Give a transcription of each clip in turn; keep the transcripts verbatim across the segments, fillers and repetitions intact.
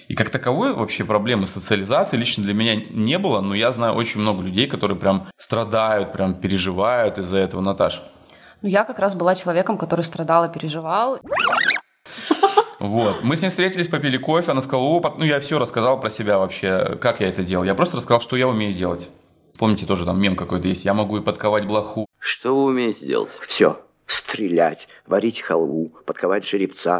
И как таковой вообще проблемы социализации лично для меня не было, но я знаю очень много людей, которые прям страдают, прям переживают из-за этого. Наташа? Ну, я как раз была человеком, который страдал и переживал. Вот. Мы с ним встретились, попили кофе, она сказала, о, ну я все рассказал про себя вообще, как я это делал. Я просто рассказал, что я умею делать. Помните, тоже там мем какой-то есть, я могу и подковать блоху. Что вы умеете делать? Все. Стрелять, варить халву, подковать жеребца.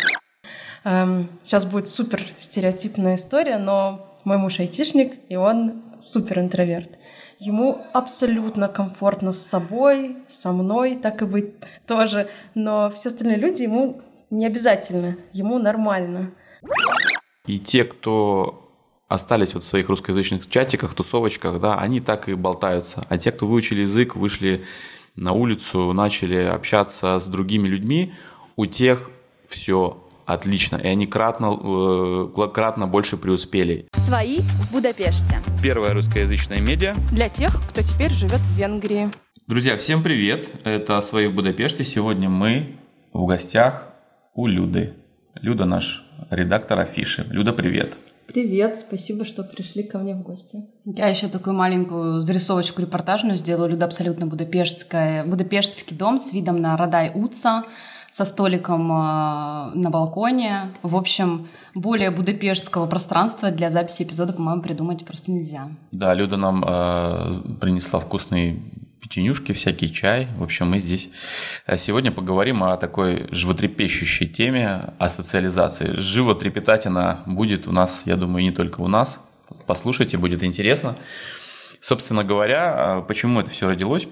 Эм, сейчас будет супер стереотипная история, но мой муж айтишник, и он супер интроверт. Ему абсолютно комфортно с собой, со мной, так и быть тоже. Но все остальные люди ему не обязательно, ему нормально. И те, кто остались вот в своих русскоязычных чатиках, тусовочках, да, они так и болтаются. А те, кто выучили язык, вышли на улицу, начали общаться с другими людьми, у тех все отлично. И они кратно, э, кратно больше преуспели. Свои в Будапеште. Первое русскоязычное медиа Для тех, кто теперь живет в Венгрии. Друзья, всем привет! Это «Свои в Будапеште». Сегодня мы в гостях у Люды. Люда наш редактор афиши. Люда, привет! Привет, спасибо, что пришли ко мне в гости. Я еще такую маленькую зарисовочку репортажную сделала. Люда абсолютно будапештская. Будапештский дом с видом на Радай-Уца, со столиком э, на балконе. В общем, более будапештского пространства для записи эпизода, по-моему, придумать просто нельзя. Да, Люда нам э, принесла вкусные печенюшки, всякий чай. В общем, мы здесь сегодня поговорим о такой животрепещущей теме, о социализации. Животрепетать она будет у нас, я думаю, не только у нас. Послушайте, будет интересно. Собственно говоря, почему это все родилось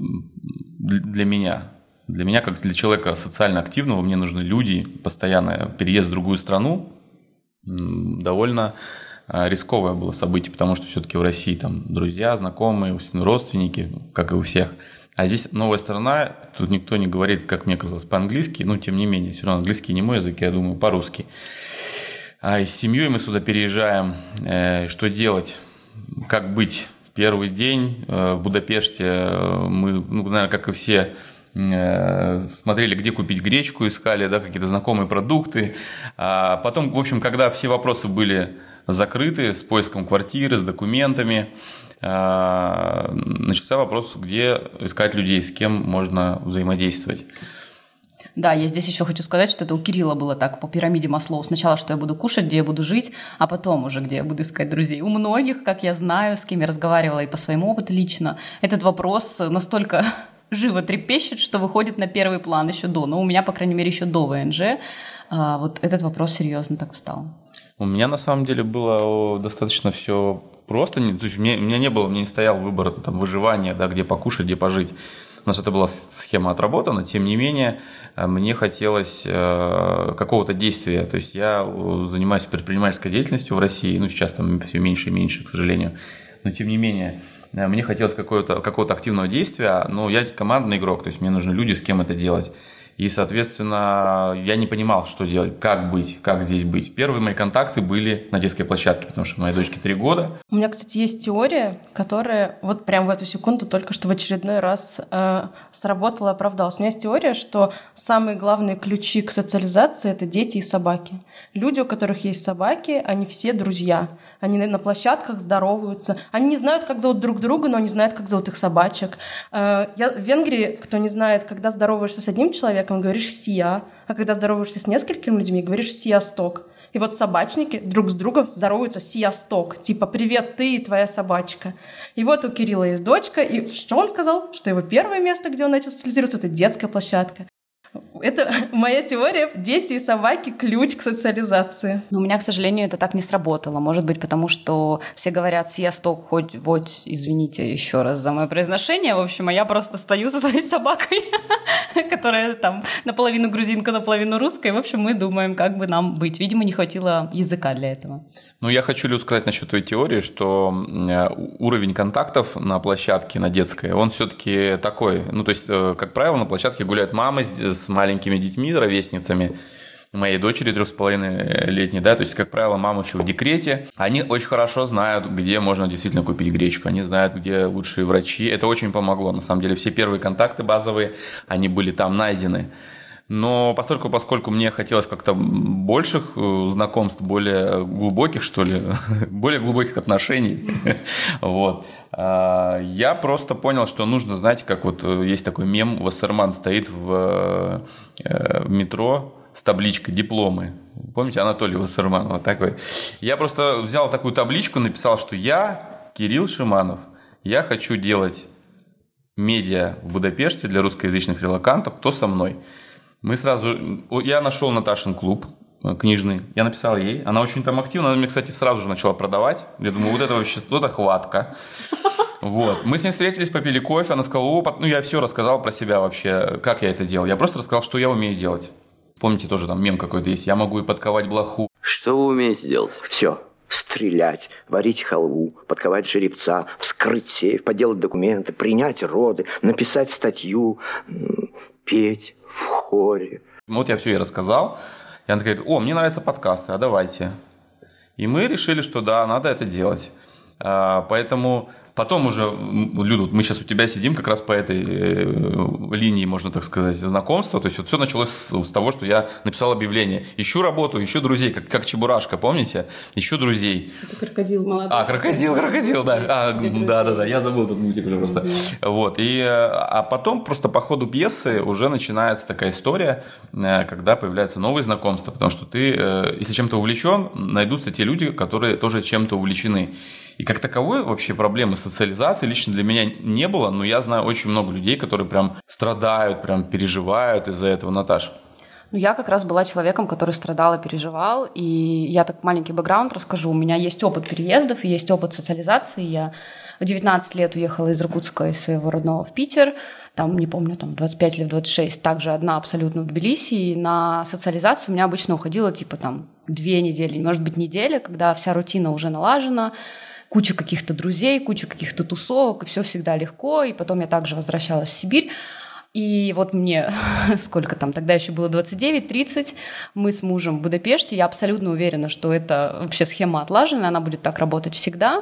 для меня? Для меня, как для человека социально активного, мне нужны люди, постоянно переезд в другую страну, довольно рисковое было событие, потому что все-таки в России там друзья, знакомые, родственники, как и у всех. А здесь новая страна, тут никто не говорит, как мне казалось, по-английски, но тем не менее, все равно английский не мой язык, я думаю, по-русски. А с семьей мы сюда переезжаем, что делать, как быть? Первый день в Будапеште мы, ну, наверное, как и все, смотрели, где купить гречку, искали, да, какие-то знакомые продукты. А потом, в общем, когда все вопросы были закрыты с поиском квартиры, с документами, начался вопрос, где искать людей, с кем можно взаимодействовать. Да, я здесь еще хочу сказать, что это у Кирилла было так по пирамиде Маслоу. Сначала, что я буду кушать, где я буду жить, а потом уже, где я буду искать друзей. У многих, как я знаю, с кем я разговаривала и по своему опыту лично, этот вопрос настолько живо трепещет, что выходит на первый план еще до. Но у меня, по крайней мере, еще до ВНЖ вот этот вопрос серьезно так встал. У меня на самом деле было достаточно все просто. То есть у меня, у меня не было, мне не стоял выбор там, выживания, да, где покушать, где пожить. У нас это была схема отработана, тем не менее, мне хотелось э, какого-то действия. То есть я занимаюсь предпринимательской деятельностью в России, ну сейчас там все меньше и меньше, к сожалению. Но тем не менее, мне хотелось какого-то, какого-то активного действия, но я командный игрок, то есть мне нужны люди, с кем это делать. И, соответственно, я не понимал, что делать, как быть, как здесь быть. Первые мои контакты были на детской площадке, потому что моей дочке три года. У меня, кстати, есть теория, которая вот прямо в эту секунду только что в очередной раз э, сработала и оправдалась. У меня есть теория, что самые главные ключи к социализации — это дети и собаки. Люди, у которых есть собаки, они все друзья. Они на площадках здороваются. Они не знают, как зовут друг друга, но они знают, как зовут их собачек. Э, я, в Венгрии, кто не знает, когда здороваешься с одним человеком, говоришь «сия», а когда здороваешься с несколькими людьми, говоришь «сиасток». И вот собачники друг с другом здороваются «сиасток», типа «привет, ты и твоя собачка». И вот у Кирилла есть дочка, и что он сказал? Что его первое место, где он начал социализироваться, это детская площадка. Это моя теория. Дети и собаки — ключ к социализации. Но у меня, к сожалению, это так не сработало. Может быть, потому что все говорят «сиасток», хоть, вот, извините еще раз за мое произношение. В общем, а я просто стою со своей собакой, которая там наполовину грузинка, наполовину русская. В общем, мы думаем, как бы нам быть. Видимо, не хватило языка для этого. Ну, я хочу, Люд, сказать насчет твоей теории, что уровень контактов на площадке, на детской, он все-таки такой. Ну, то есть, как правило, на площадке гуляют мамы с маленькими детьми, ровесницами. Моей дочери трех с половиной летней, да, то есть, как правило, мама еще в декрете. Они очень хорошо знают, где можно действительно купить гречку, они знают, где лучшие врачи. Это очень помогло, на самом деле. Все первые контакты базовые, они были там найдены. Но поскольку, поскольку мне хотелось как-то больших знакомств, более глубоких, что ли, более глубоких отношений, вот, я просто понял, что нужно, знаете, как вот есть такой мем, Вассерман стоит в, в метро с табличкой «Дипломы». Помните, Анатолий Вассерман, вот такой. Я просто взял такую табличку, написал, что я, Кирилл Шиманов, я хочу делать медиа в Будапеште для русскоязычных релокантов, кто со мной? Мы сразу... Я нашел Наташин клуб книжный, я написал ей, она очень там активна, она мне, кстати, сразу же начала продавать. Я думаю, вот это вообще, вот это хватка. Вот. Мы с ней встретились, попили кофе, она сказала, о, ну я все рассказал про себя вообще, как я это делал. Я просто рассказал, что я умею делать. Помните, тоже там мем какой-то есть, я могу и подковать блоху. Что вы умеете делать? Все. Стрелять, варить халву, подковать жеребца, вскрыть сейф, поделать документы, принять роды, написать статью, петь в хоре. Вот я все ей рассказал. И она говорит, о, мне нравятся подкасты, а давайте. И мы решили, что да, надо это делать. Поэтому потом уже, Люда, мы сейчас у тебя сидим как раз по этой линии, можно так сказать, знакомства. То есть вот все началось с, с того, что я написал объявление. Ищу работу, ищу друзей, как, как Чебурашка, помните? Ищу друзей. Это крокодил молодой. А, крокодил, крокодил, да. А, да, да, да, я забыл этот мультик уже просто. Mm-hmm. Вот. И, а потом просто по ходу пьесы уже начинается такая история, когда появляются новые знакомства, потому что ты, если чем-то увлечен, найдутся те люди, которые тоже чем-то увлечены. И как таковой вообще проблемы социализации лично для меня не было, но я знаю очень много людей, которые прям страдают, прям переживают из-за этого. Наташа? Ну, я как раз была человеком, который страдал и переживал, и я так маленький бэкграунд расскажу. У меня есть опыт переездов, есть опыт социализации. Я в девятнадцать лет уехала из Иркутска, из своего родного, в Питер, там, не помню, там двадцать пять или двадцать шесть, также одна абсолютно в Тбилиси, и на социализацию у меня обычно уходило типа там две недели, может быть, неделя, когда вся рутина уже налажена, куча каких-то друзей, куча каких-то тусовок, и все всегда легко, и потом я также возвращалась в Сибирь. И вот мне, сколько там, тогда еще было двадцать девять тридцать, мы с мужем в Будапеште, я абсолютно уверена, что это вообще схема отлажена, она будет так работать всегда.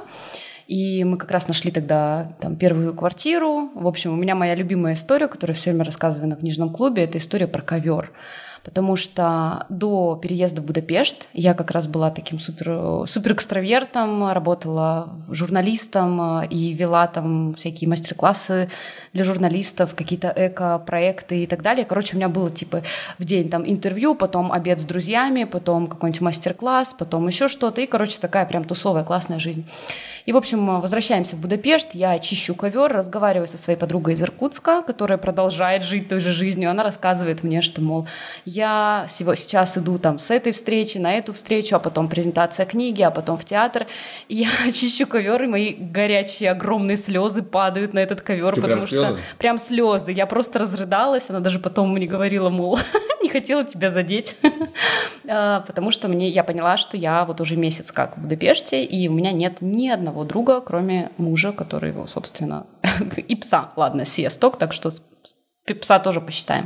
И мы как раз нашли тогда там первую квартиру. В общем, у меня моя любимая история, которую все время рассказываю на книжном клубе, это история про ковер. Потому что до переезда в Будапешт я как раз была таким супер, супер экстравертом, работала журналистом и вела там всякие мастер-классы для журналистов, какие-то эко-проекты и так далее. Короче, у меня было типа в день там интервью, потом обед с друзьями, потом какой-нибудь мастер-класс, потом еще что-то. И, короче, такая прям тусовая, классная жизнь. И, в общем, возвращаемся в Будапешт, я чищу ковер, разговариваю со своей подругой из Иркутска, которая продолжает жить той же жизнью. Она рассказывает мне, что, мол, я сейчас иду там с этой встречи на эту встречу, а потом презентация книги, а потом в театр. И я чищу ковер, и мои горячие огромные слезы падают на этот ковер, потому прям что слезы? Прям слезы. Я просто разрыдалась. Она даже потом мне говорила, мол, не хотела тебя задеть, потому что мне я поняла, что я вот уже месяц как в Будапеште, и у меня нет ни одного друга, кроме мужа, который его, собственно, и пса. Ладно, сиесток, так что пса тоже посчитаем.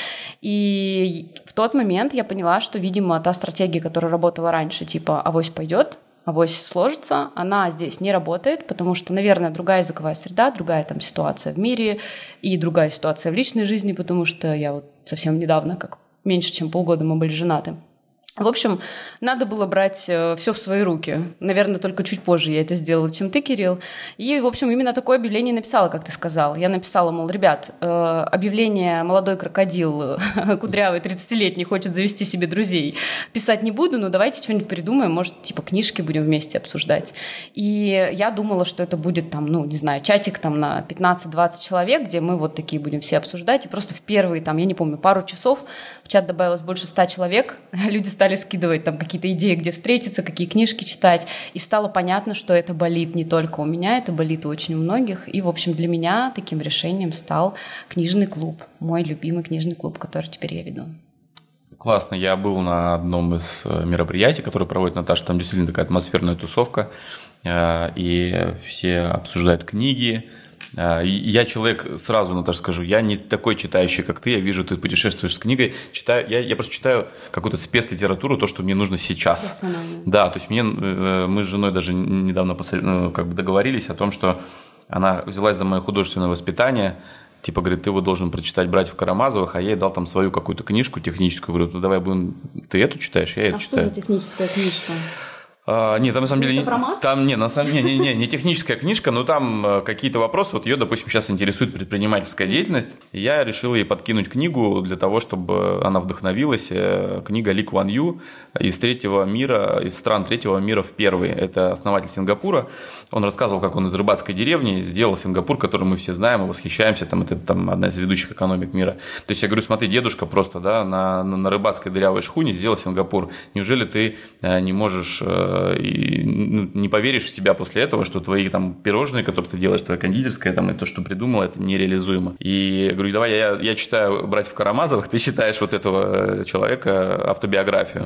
И в тот момент я поняла, что, видимо, та стратегия, которая работала раньше, типа «авось пойдет», «авось сложится», она здесь не работает, потому что, наверное, другая языковая среда, другая там ситуация в мире и другая ситуация в личной жизни, потому что я вот совсем недавно, как меньше чем полгода мы были женаты. В общем, надо было брать все в свои руки. Наверное, только чуть позже я это сделала, чем ты, Кирилл. И, в общем, именно такое объявление написала, как ты сказал. Я написала, мол, ребят, объявление «Молодой крокодил, кудрявый, тридцатилетний, хочет завести себе друзей». Писать не буду, но давайте что-нибудь придумаем, может, типа книжки будем вместе обсуждать. И я думала, что это будет там, ну, не знаю, чатик там на пятнадцать-двадцать человек, где мы вот такие будем все обсуждать. И просто в первые, там, я не помню, пару часов в чат добавилось больше ста человек. Люди стали стали скидывать там какие-то идеи, где встретиться, какие книжки читать, и стало понятно, что это болит не только у меня, это болит у очень многих, и, в общем, для меня таким решением стал книжный клуб, мой любимый книжный клуб, который теперь я веду. Классно, я был на одном из мероприятий, которое проводит Наташа, там действительно такая атмосферная тусовка, и все обсуждают книги. Я человек, сразу, Наташа, скажу, я не такой читающий, как ты, я вижу, ты путешествуешь с книгой, читаю, я, я просто читаю какую-то спецлитературу, то, что мне нужно сейчас. Да, то есть мне, мы с женой даже недавно ну, как бы договорились о том, что она взялась за мое художественное воспитание, типа, говорит, ты вот должен прочитать «Братьев Карамазовых», а я ей дал там свою какую-то книжку техническую. Говорю, ну давай будем, ты эту читаешь, я эту а читаю. А что за техническая книжка? А, нет, там на самом деле не, Сопромат? там не, на самом деле не, не, не техническая книжка, но там э, какие-то вопросы. Вот ее, допустим, сейчас интересует предпринимательская деятельность. И я решил ей подкинуть книгу для того, чтобы она вдохновилась. Книга Ли Куан Ю из третьего мира, из стран третьего мира в первый. Это основатель Сингапура. Он рассказывал, как он из рыбацкой деревни сделал Сингапур, который мы все знаем и восхищаемся. Там, это там одна из ведущих экономик мира. То есть я говорю, смотри, дедушка просто да, на, на, на рыбацкой дырявой шхуне сделал Сингапур. Неужели ты э, не можешь... и не поверишь в себя после этого, что твои там пирожные, которые ты делаешь, твоя кондитерская, там, и то, что придумал, это нереализуемо. И говорю, давай я, я читаю «Братьев Карамазовых», ты читаешь вот этого человека автобиографию.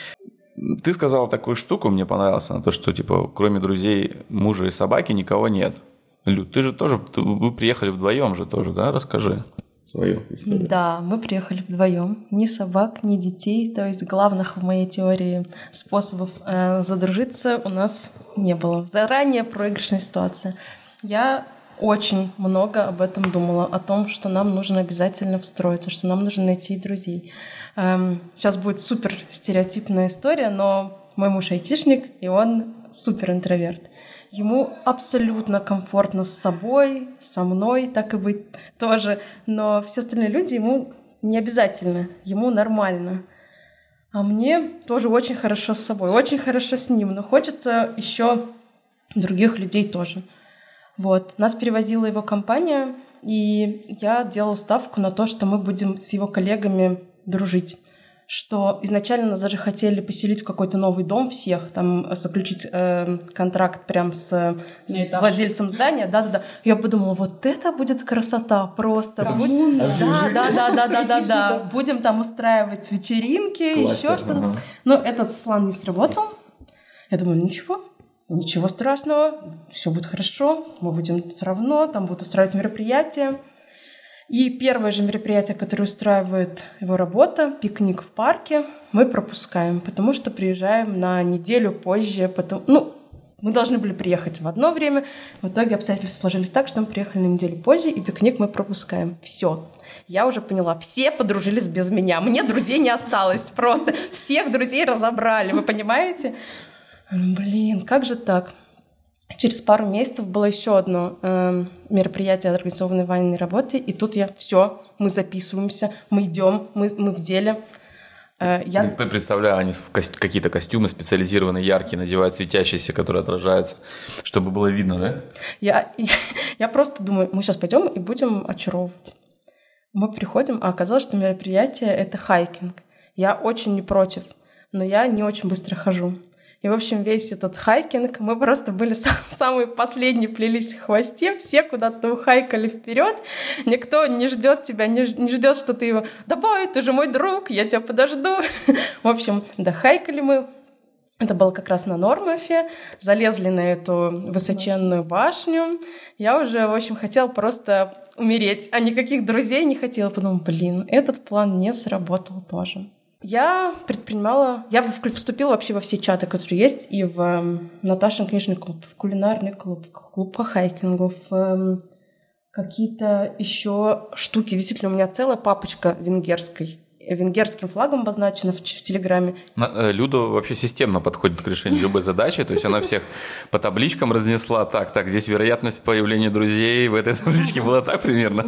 Ты сказала такую штуку, мне понравилось, на то, что, типа, кроме друзей, мужа и собаки никого нет. Люд, ты же тоже, ты, вы приехали вдвоем же тоже, да? Расскажи свою историю. Да, мы приехали вдвоем, ни собак, ни детей, то есть главных в моей теории способов э, задружиться у нас не было. Заранее проигрышная ситуация. Я очень много об этом думала, о том, что нам нужно обязательно встроиться, что нам нужно найти друзей. Эм, сейчас будет супер стереотипная история, но мой муж айтишник, и он супер интроверт. Ему абсолютно комфортно с собой, со мной, так и быть тоже. Но все остальные люди ему не обязательно, ему нормально. А мне тоже очень хорошо с собой, очень хорошо с ним. Но хочется еще других людей тоже. Вот. Нас перевозила его компания, и я делала ставку на то, что мы будем с его коллегами дружить. Что изначально нас даже хотели поселить в какой-то новый дом всех, там заключить э, контракт прям с, с владельцем здания, да-да-да. Я подумала, вот это будет красота просто. Будь... Да, да, да, да, да, да, да. Будем там устраивать вечеринки, еще что-то. Ага. Но этот план не сработал. Я думаю, ничего, ничего страшного, все будет хорошо, мы будем все равно, там будут устраивать мероприятия. И первое же мероприятие, которое устраивает его работа, пикник в парке, мы пропускаем, потому что приезжаем на неделю позже. Потом, ну, мы должны были приехать в одно время, в итоге обстоятельства сложились так, что мы приехали на неделю позже, и пикник мы пропускаем. Все. Я уже поняла, все подружились без меня, мне друзей не осталось, просто всех друзей разобрали, вы понимаете? Блин, как же так? Через пару месяцев было еще одно э, мероприятие, организованное Ваниной работой, и тут я все, мы записываемся, мы идем, мы, мы в деле. Э, я... Я представляю, они в ко- какие-то костюмы специализированные, яркие, надевают светящиеся, которые отражаются, чтобы было видно, да? Я, я, я просто думаю, мы сейчас пойдем и будем очаровывать. Мы приходим, а оказалось, что мероприятие — это хайкинг. Я очень не против, но я не очень быстро хожу. И, в общем, весь этот хайкинг, мы просто были самые последние, плелись в хвосте, все куда-то ухайкали вперед. Никто не ждет тебя, не, не ждет, что ты его «Давай, ты же мой друг, я тебя подожду». В общем, дохайкали мы. Это было как раз на Нормафе. Залезли на эту высоченную башню. Я уже, в общем, хотела просто умереть, а никаких друзей не хотела. Подумала, блин, этот план не сработал тоже. Я предпринимала... Я вступила вообще во все чаты, которые есть, и в э, Наташин книжный клуб, в кулинарный клуб, в клуб по хайкингу, в э, какие-то еще штуки. Действительно, у меня целая папочка венгерской, венгерским флагом обозначена в, в Телеграме. Люда вообще системно подходит к решению любой задачи, то есть она всех по табличкам разнесла. Так, так, здесь вероятность появления друзей в этой табличке была так примерно.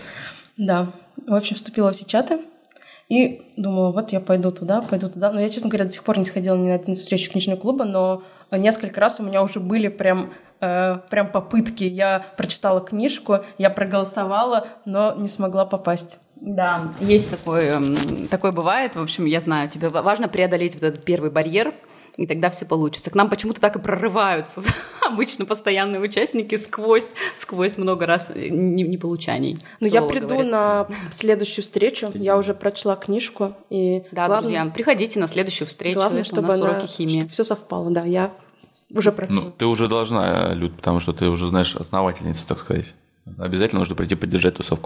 Да, в общем, вступила во все чаты. И думала, вот я пойду туда, пойду туда. Но я, честно говоря, до сих пор не сходила ни на одну встречу книжного клуба, но несколько раз у меня уже были прям, э, прям попытки. Я прочитала книжку, я проголосовала, но не смогла попасть. Да, есть такое, такое бывает. В общем, я знаю, тебе важно преодолеть вот этот первый барьер, и тогда все получится. К нам почему-то так и прорываются обычно постоянные участники сквозь, сквозь много раз неполучаний. Ну, я приду говорит. на следующую встречу, я уже прочла книжку. И да, главное, друзья, приходите на следующую встречу, главное, чтобы у нас она, уроки химии. Чтобы все совпало, да, я уже прочла. Ну, ты уже должна, Люд, потому что ты уже знаешь основательницу, так сказать. Обязательно нужно прийти поддержать тусовку.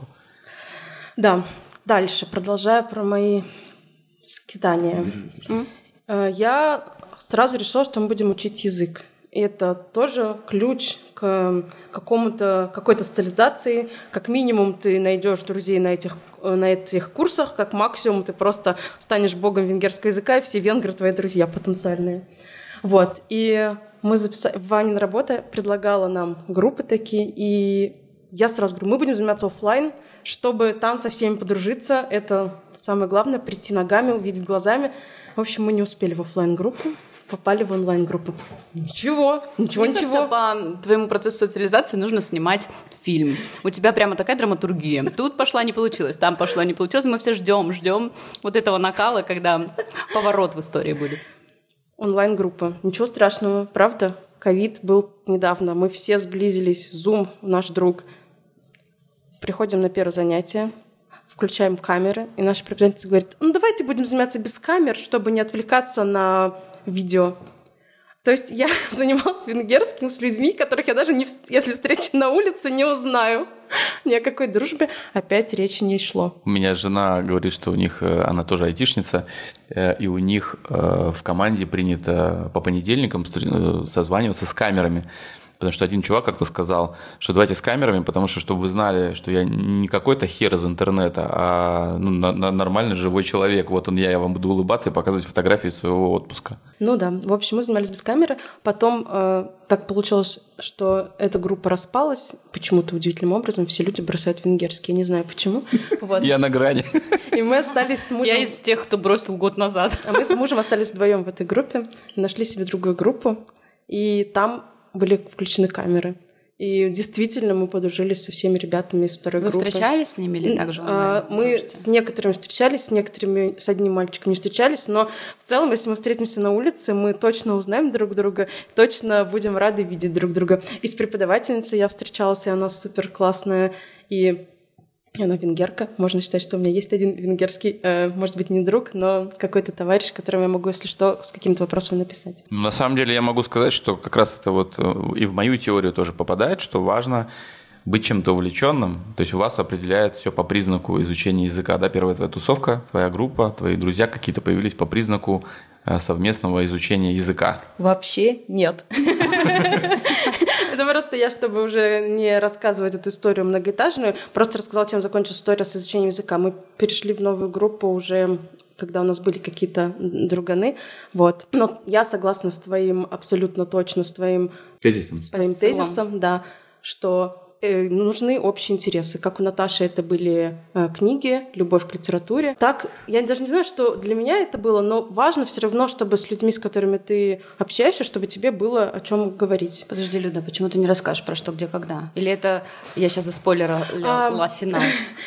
Да, дальше, продолжая про мои скитания. Mm. Я... сразу решила, что мы будем учить язык. И это тоже ключ к какому-то, какой-то социализации. Как минимум ты найдешь друзей на этих, на этих курсах, как максимум ты просто станешь богом венгерского языка, и все венгры твои друзья потенциальные. Вот. И мы записали... Ванина работа предлагала нам группы такие, и я сразу говорю, мы будем заниматься офлайн, чтобы там со всеми подружиться. Это самое главное, прийти ногами, увидеть глазами. В общем, мы не успели в офлайн-группу, попали в онлайн-группу. Ничего, ничего, Мне ничего. кажется, по твоему процессу социализации нужно снимать фильм. У тебя прямо такая драматургия. Тут пошла, не получилось, там пошла, не получилось. Мы все ждем, ждем вот этого накала, когда поворот в истории будет. Онлайн-группа. Ничего страшного, правда? Ковид был недавно. Мы все сблизились. Zoom, наш друг. Приходим на первое занятие, включаем камеры, и наша преподавательница говорит, ну давайте будем заниматься без камер, чтобы не отвлекаться на видео. То есть я занималась венгерским с людьми, которых я даже, не, если встречу на улице, не узнаю. Ни о какой дружбе опять речи не шло. У меня жена говорит, что у них, она тоже айтишница, и у них в команде принято по понедельникам созваниваться с камерами. Потому что один чувак как-то сказал, что давайте с камерами, потому что, чтобы вы знали, что я не какой-то хер из интернета, а ну, на- на- нормальный живой человек. Вот он я, я вам буду улыбаться и показывать фотографии своего отпуска. Ну да, в общем, мы занимались без камеры. Потом э, так получилось, что эта группа распалась. Почему-то удивительным образом все люди бросают венгерский. Я не знаю почему. Вот. Я на грани. И мы остались с мужем. Я из тех, кто бросил год назад. А мы с мужем остались вдвоем в этой группе, нашли себе другую группу, и там были включены камеры. И действительно мы подружились со всеми ребятами из второй Вы группы. встречались с ними или так же онлайн? А, Мы с некоторыми встречались, с некоторыми, с одним мальчиком не встречались, но в целом, если мы встретимся на улице, мы точно узнаем друг друга, точно будем рады видеть друг друга. И с преподавательницей я встречалась, и она супер классная, и она венгерка. Можно считать, что у меня есть один венгерский, э, может быть, не друг, но какой-то товарищ, которому я могу, если что, с каким-то вопросом написать. На самом деле я могу сказать, что как раз это вот и в мою теорию тоже попадает, что важно быть чем-то увлеченным. То есть у вас определяет все по признаку изучения языка. Да? Первая твоя тусовка, твоя группа, твои друзья какие-то появились по признаку совместного изучения языка. Вообще нет. Это просто я, чтобы уже не рассказывать эту историю многоэтажную, просто рассказала, чем закончилась история с изучением языка. Мы перешли в новую группу уже, когда у нас были какие-то друганы. Вот. Но я согласна с твоим, абсолютно точно, с твоим Тезисом. с твоим тезисом, да, что э, нужны общие интересы. Как у Наташи это были э, книги, любовь к литературе. Так, я даже не знаю, что для меня это было, но важно все равно, чтобы с людьми, с которыми ты общаешься, чтобы тебе было о чем говорить. Подожди, Люда, почему ты не расскажешь про что, где, когда? Или это я сейчас за спойлера ла финал?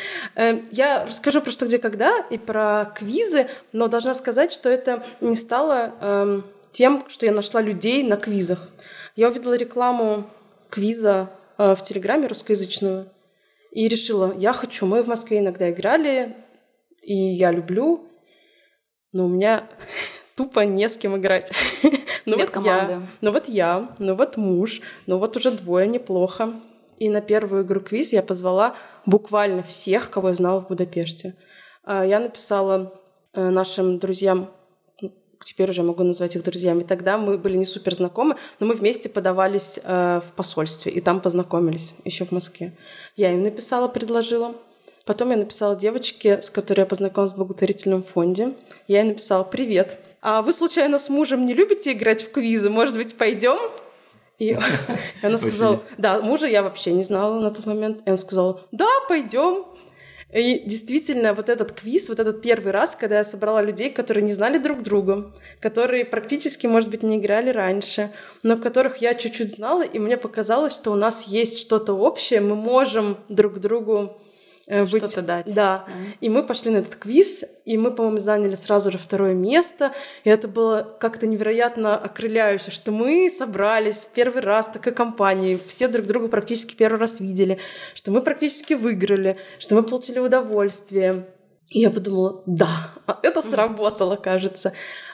Я расскажу про что, где, когда и про квизы, но должна сказать, что это не стало э, тем, что я нашла людей на квизах. Я увидела рекламу квиза э, в Телеграме русскоязычную и решила, я хочу. Мы в Москве иногда играли, и я люблю, но у меня тупо не с кем играть. Ну Нет вот команды. я, ну вот я, ну вот муж, ну вот уже двое, неплохо. И на первую игру квиз я позвала буквально всех, кого я знала в Будапеште. Я написала нашим друзьям, теперь уже могу назвать их друзьями, тогда мы были не супер знакомы, но мы вместе подавались в посольстве, и там познакомились, еще в Москве. Я им написала, предложила. Потом я написала девочке, с которой я познакомилась в благотворительном фонде. Я ей написала: «Привет, а вы случайно с мужем не любите играть в квизы? Может быть, пойдем?» И она сказала, да, мужа я вообще не знала на тот момент. И она сказала, да, пойдем. И действительно, вот этот квиз, вот этот первый раз, когда я собрала людей, которые не знали друг друга, которые практически, может быть, не играли раньше, но которых я чуть-чуть знала, и мне показалось, что у нас есть что-то общее, мы можем друг другу быть... Что-то дать. Да. Mm. И мы пошли на этот квиз, и мы, по-моему, заняли сразу же второе место. И это было как-то невероятно окрыляюще, что мы собрались в первый раз в такой компании, все друг друга практически первый раз видели, что мы практически выиграли, что мы получили удовольствие. И я подумала, да, это сработало, кажется.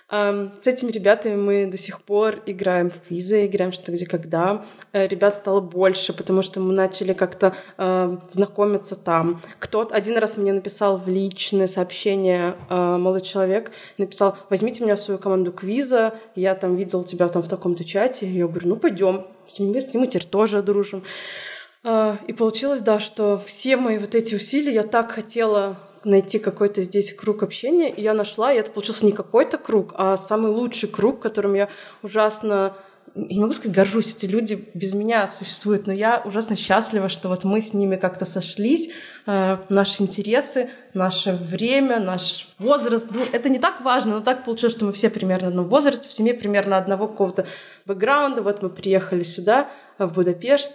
С этими ребятами мы до сих пор играем в квизы, играем «Что, где, когда». Ребят стало больше, потому что мы начали как-то э, знакомиться там. Кто-то один раз мне написал в личное сообщение, э, молодой человек, написал: возьмите меня в свою команду квиза, я там видел тебя там в таком-то чате. Я говорю: ну, пойдем, с ним мы теперь тоже дружим. Э, и получилось, да, что все мои вот эти усилия, я так хотела найти какой-то здесь круг общения, и я нашла, и это получился не какой-то круг, а самый лучший круг, которым я ужасно, я не могу сказать, горжусь, эти люди без меня существуют, но я ужасно счастлива, что вот мы с ними как-то сошлись, э, наши интересы, наше время, наш возраст, ну, это не так важно, но так получилось, что мы все примерно в одном возрасте, в семье примерно одного какого-то бэкграунда, вот мы приехали сюда, в Будапешт,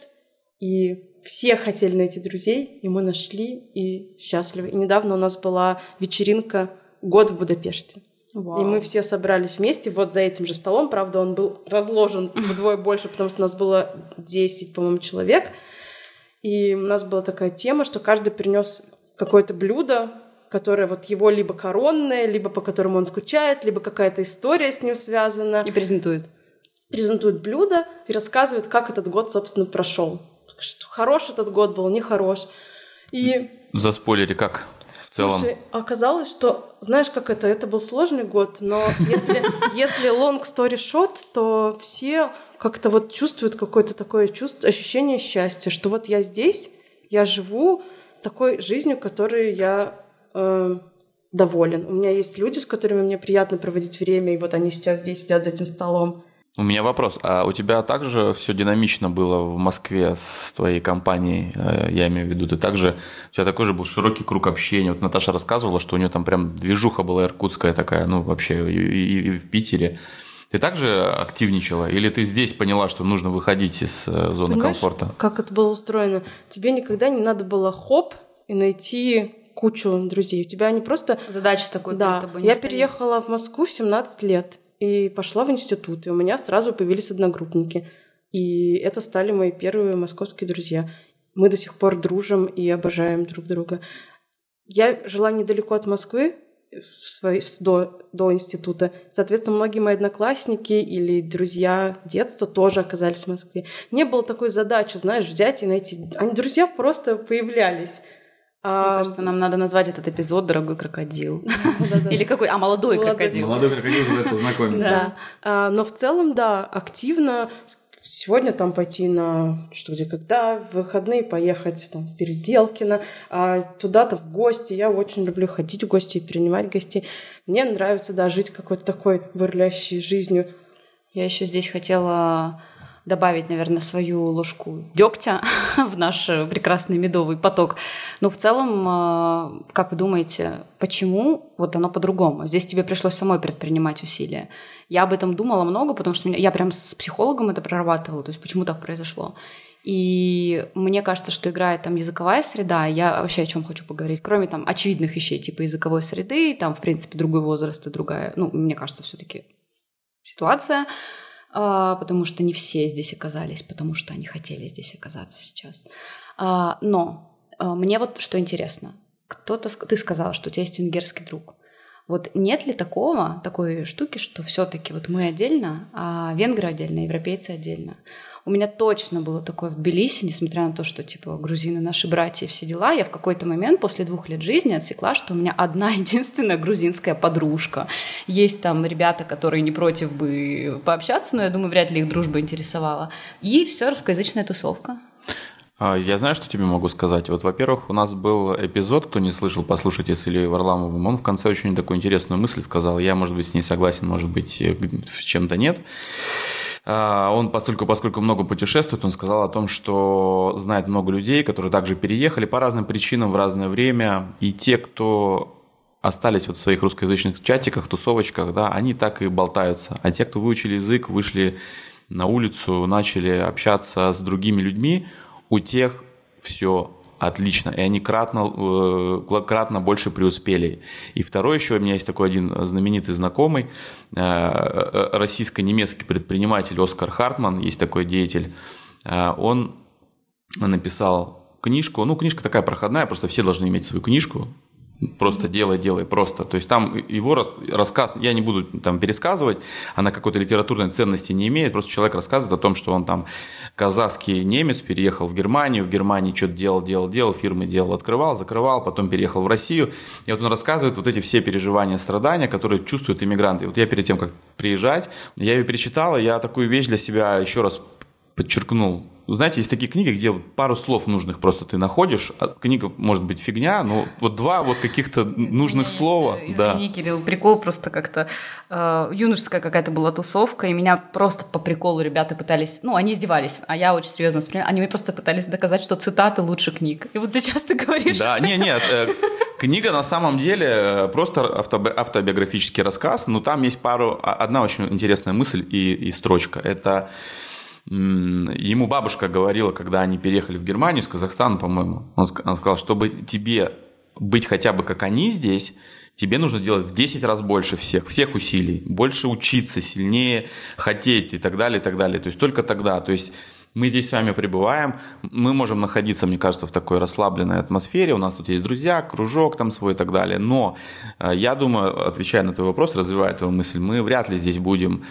и все хотели найти друзей, и мы нашли, и счастливы. И недавно у нас была вечеринка «Год в Будапеште». Вау. И мы все собрались вместе вот за этим же столом. Правда, он был разложен вдвое больше, потому что у нас было десять, по-моему, человек. И у нас была такая тема, что каждый принес какое-то блюдо, которое вот его либо коронное, либо по которому он скучает, либо какая-то история с ним связана. И презентует. Презентует блюдо и рассказывает, как этот год, собственно, прошел. Что хорош этот год был, нехорош. И... Заспойлери как в целом? Слушай, оказалось, что, знаешь, как это, это был сложный год, но если, если long story short, то все как-то вот чувствуют какое-то такое чувство, ощущение счастья, что вот я здесь, я живу такой жизнью, которой я э, доволен. У меня есть люди, с которыми мне приятно проводить время, и вот они сейчас здесь сидят за этим столом. У меня вопрос. А у тебя также все динамично было в Москве с твоей компанией? Я имею в виду, ты также, у тебя такой же был широкий круг общения. Вот Наташа рассказывала, что у нее там прям движуха была иркутская такая, ну вообще и, и, и в Питере. Ты также активничала? Или ты здесь поняла, что нужно выходить из зоны Понимаешь, комфорта? Как это было устроено? Тебе никогда не надо было хоп и найти кучу друзей. У тебя они просто... Задача такой да. перед тобой не Я стоит. переехала в Москву в семнадцать лет. И пошла в институт, и у меня сразу появились одногруппники. И это стали мои первые московские друзья. Мы до сих пор дружим и обожаем друг друга. Я жила недалеко от Москвы в своей, до, до института. Соответственно, многие мои одноклассники или друзья детства тоже оказались в Москве. Не было такой задачи, знаешь, взять и найти. Они, друзья просто появлялись. Мне А... кажется, нам надо назвать этот эпизод «Дорогой крокодил». Или какой? А, «Молодой крокодил». Молодой крокодил уже познакомиться. Да. Но в целом, да, активно. Сегодня там пойти на «Что, где, когда», в выходные поехать там, в Переделкино, а туда-то в гости. Я очень люблю ходить в гости и принимать гостей. Мне нравится, да, жить какой-то такой бурлящей жизнью. Я еще здесь хотела... добавить, наверное, свою ложку дегтя в наш прекрасный медовый поток. Но в целом, как вы думаете, почему вот оно по-другому? Здесь тебе пришлось самой предпринимать усилия. Я об этом думала много, потому что я прям с психологом это прорабатывала, то есть почему так произошло. И мне кажется, что играет там языковая среда. Я вообще о чем хочу поговорить, кроме там очевидных вещей, типа языковой среды, там, в принципе, другой возраст и другая, ну, мне кажется, все-таки ситуация, потому что не все здесь оказались, потому что они хотели здесь оказаться сейчас. Но мне вот что интересно. Кто-то, ты сказала, что у тебя есть венгерский друг. Вот нет ли такого, такой штуки, что все-таки вот мы отдельно, а венгры отдельно, европейцы отдельно? У меня точно было такое в Тбилиси, несмотря на то, что типа грузины наши братья и все дела, я в какой-то момент после двух лет жизни отсекла, что у меня одна единственная грузинская подружка. Есть там ребята, которые не против бы пообщаться, но я думаю, вряд ли их дружба интересовала. И все, русскоязычная тусовка. Я знаю, что тебе могу сказать. Вот, во-первых, у нас был эпизод, кто не слышал, послушайте, с Ильей Варламовым. Он в конце очень такую интересную мысль сказал. Я, может быть, с ней согласен, может быть, с чем-то нет. Он, поскольку, поскольку много путешествует, он сказал о том, что знает много людей, которые также переехали по разным причинам в разное время. И те, кто остались вот в своих русскоязычных чатиках, тусовочках, да, они так и болтаются. А те, кто выучили язык, вышли на улицу, начали общаться с другими людьми, у тех все отлично, и они кратно, кратно больше преуспели. И второй еще, у меня есть такой один знаменитый знакомый, российско-немецкий предприниматель Оскар Хартман, есть такой деятель, он написал книжку, ну, книжка такая проходная, просто все должны иметь свою книжку, Просто делай, делай, просто. То есть там его рассказ, я не буду там пересказывать, она какой-то литературной ценности не имеет, просто человек рассказывает о том, что он там казахский немец, переехал в Германию, в Германии что-то делал, делал, делал, фирмы делал, открывал, закрывал, потом переехал в Россию. И вот он рассказывает вот эти все переживания, страдания, которые чувствуют иммигранты. И вот я перед тем, как приезжать, я ее перечитал, и я такую вещь для себя еще раз подчеркнул. Вы знаете, есть такие книги, где пару слов нужных просто ты находишь. Книга может быть фигня, но вот два вот каких-то нужных слова. Извини, да. Кирилл, прикол просто как-то э, юношеская какая-то была тусовка, и меня просто по приколу ребята пытались, ну, они издевались, а я очень серьезно восприняла, они мне просто пытались доказать, что цитаты лучше книг. И вот сейчас ты говоришь... Да, нет, нет, э, книга на самом деле просто автоби- автобиографический рассказ, но там есть пару, одна очень интересная мысль и, и строчка. Это... Ему бабушка говорила, когда они переехали в Германию, из Казахстана, по-моему, он, он сказал, чтобы тебе быть хотя бы как они здесь, тебе нужно делать в десять раз больше всех, всех усилий, больше учиться, сильнее хотеть и так далее, и так далее. То есть только тогда. То есть мы здесь с вами пребываем, мы можем находиться, мне кажется, в такой расслабленной атмосфере, у нас тут есть друзья, кружок там свой и так далее, но я думаю, отвечая на твой вопрос, развивая твою мысль, мы вряд ли здесь будем,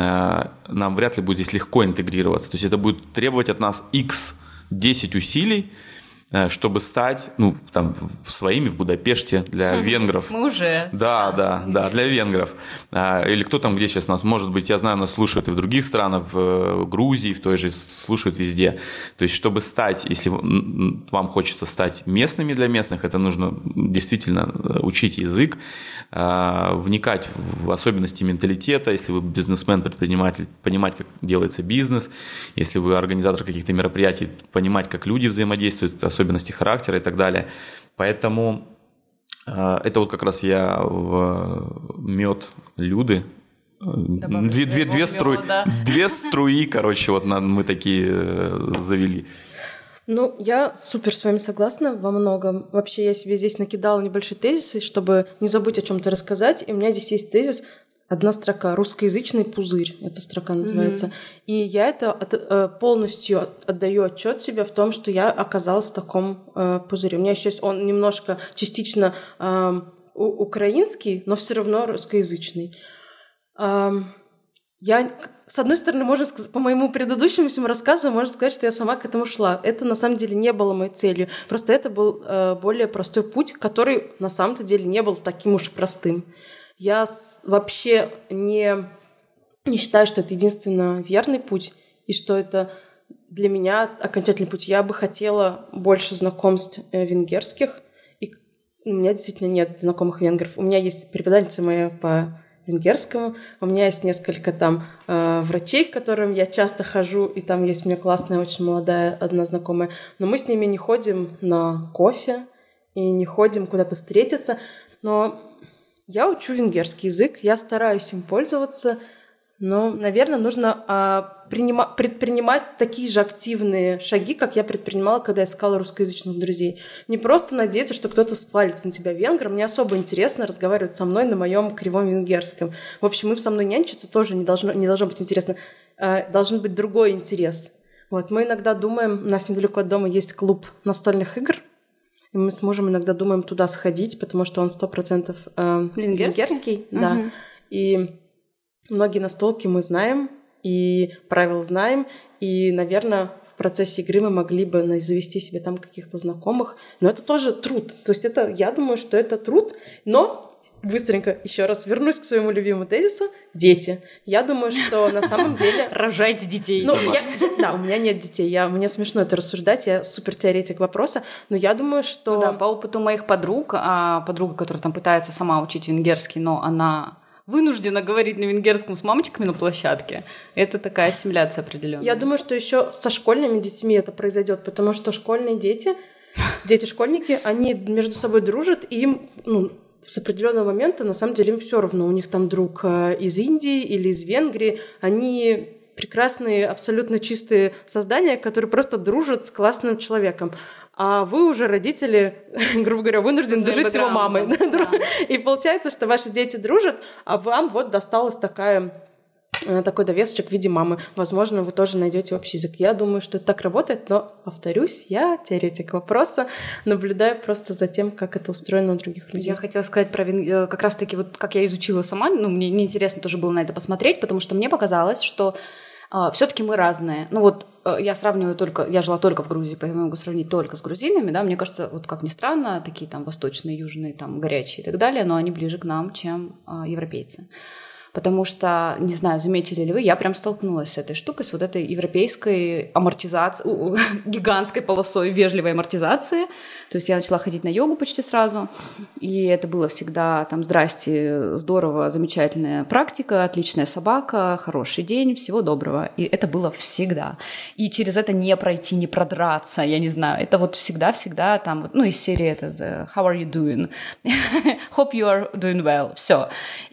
нам вряд ли будет здесь легко интегрироваться, то есть это будет требовать от нас икс десять усилий, чтобы стать, ну, там, своими в Будапеште для венгров. Мы уже. Да, да, да, для венгров. Или кто там, где сейчас нас, может быть, я знаю, нас слушают и в других странах, в Грузии, в той же, слушают везде. То есть, чтобы стать, если вам хочется стать местными для местных, это нужно действительно учить язык, вникать в особенности менталитета, если вы бизнесмен, предприниматель, понимать, как делается бизнес, если вы организатор каких-то мероприятий, понимать, как люди взаимодействуют, особенности характера и так далее. Поэтому э, это вот как раз я в мед Люды. Две, две, две, стру... да. две струи, короче, вот мы такие э, завели. Ну, я супер с вами согласна во многом. Вообще, я себе здесь накидала небольшие тезисы, чтобы не забыть о чем-то рассказать. И у меня здесь есть тезис. Одна строка. Русскоязычный пузырь. Эта строка называется. Mm-hmm. И я это от, полностью отдаю отчет себе в том, что я оказалась в таком э, пузыре. У меня еще есть он немножко частично э, украинский, но все равно русскоязычный. Э, я, с одной стороны, можно сказать, по моему предыдущему всему рассказу, можно сказать, что я сама к этому шла. Это на самом деле не было моей целью. Просто это был э, более простой путь, который на самом-то деле не был таким уж простым. Я вообще не, не считаю, что это единственно верный путь, и что это для меня окончательный путь. Я бы хотела больше знакомств венгерских, и у меня действительно нет знакомых венгров. У меня есть преподавательница моя по венгерскому, у меня есть несколько там э, врачей, к которым я часто хожу, и там есть у меня классная, очень молодая одна знакомая, но мы с ними не ходим на кофе и не ходим куда-то встретиться, но... Я учу венгерский язык, я стараюсь им пользоваться, но, наверное, нужно а, принима- предпринимать такие же активные шаги, как я предпринимала, когда искала русскоязычных друзей. Не просто надеяться, что кто-то свалится на тебя венгром. Мне особо интересно разговаривать со мной на моем кривом венгерском. В общем, им со мной нянчиться тоже не должно, не должно быть интересно. А, должен быть другой интерес. Вот. Мы иногда думаем, у нас недалеко от дома есть клуб настольных игр, и мы с мужем иногда думаем туда сходить, потому что он сто процентов э, венгерский, венгерский угу. да. И многие настолки мы знаем, и правила знаем, и, наверное, в процессе игры мы могли бы завести себе там каких-то знакомых. Но это тоже труд. То есть это, я думаю, что это труд, но... Быстренько еще раз вернусь к своему любимому тезису. Дети. Я думаю, что на самом деле... Рожайте детей. Ну, я, да, у меня нет детей. Я, мне смешно это рассуждать. Я супер теоретик вопроса. Но я думаю, что... Ну, да, по опыту моих подруг, а подруга, которая там пытается сама учить венгерский, но она вынуждена говорить на венгерском с мамочками на площадке. Это такая ассимиляция определенная. Я думаю, что еще со школьными детьми это произойдет, потому что школьные дети, дети-школьники, они между собой дружат, и им... Ну, с определенного момента, на самом деле, им все равно. У них там друг из Индии или из Венгрии. Они прекрасные, абсолютно чистые создания, которые просто дружат с классным человеком. А вы уже, родители, грубо говоря, вынуждены дружить с его мамой. Да. И получается, что ваши дети дружат, а вам вот досталась такая такой довесочек в виде мамы. Возможно, вы тоже найдете общий язык. Я думаю, что это так работает, но, повторюсь, я теоретик вопроса, наблюдаю просто за тем, как это устроено у других людей. Я хотела сказать про вен... как раз-таки вот как я изучила сама, ну, мне неинтересно тоже было на это посмотреть, потому что мне показалось, что а, все-таки мы разные. Ну вот я сравниваю только, я жила только в Грузии, поэтому я могу сравнить только с грузинами, да, мне кажется, вот как ни странно, такие там восточные, южные, там горячие и так далее, но они ближе к нам, чем а, европейцы. Потому что, не знаю, заметили ли вы, я прям столкнулась с этой штукой, с вот этой европейской амортизацией, гигантской полосой вежливой амортизации. То есть я начала ходить на йогу почти сразу, и это было всегда там «Здрасте, здорово, замечательная практика, отличная собака, хороший день, всего доброго». И это было всегда. И через это не пройти, не продраться, я не знаю. Это вот всегда-всегда там, вот, ну, из серии это «How are you doing?» «Hope you are doing well». Все.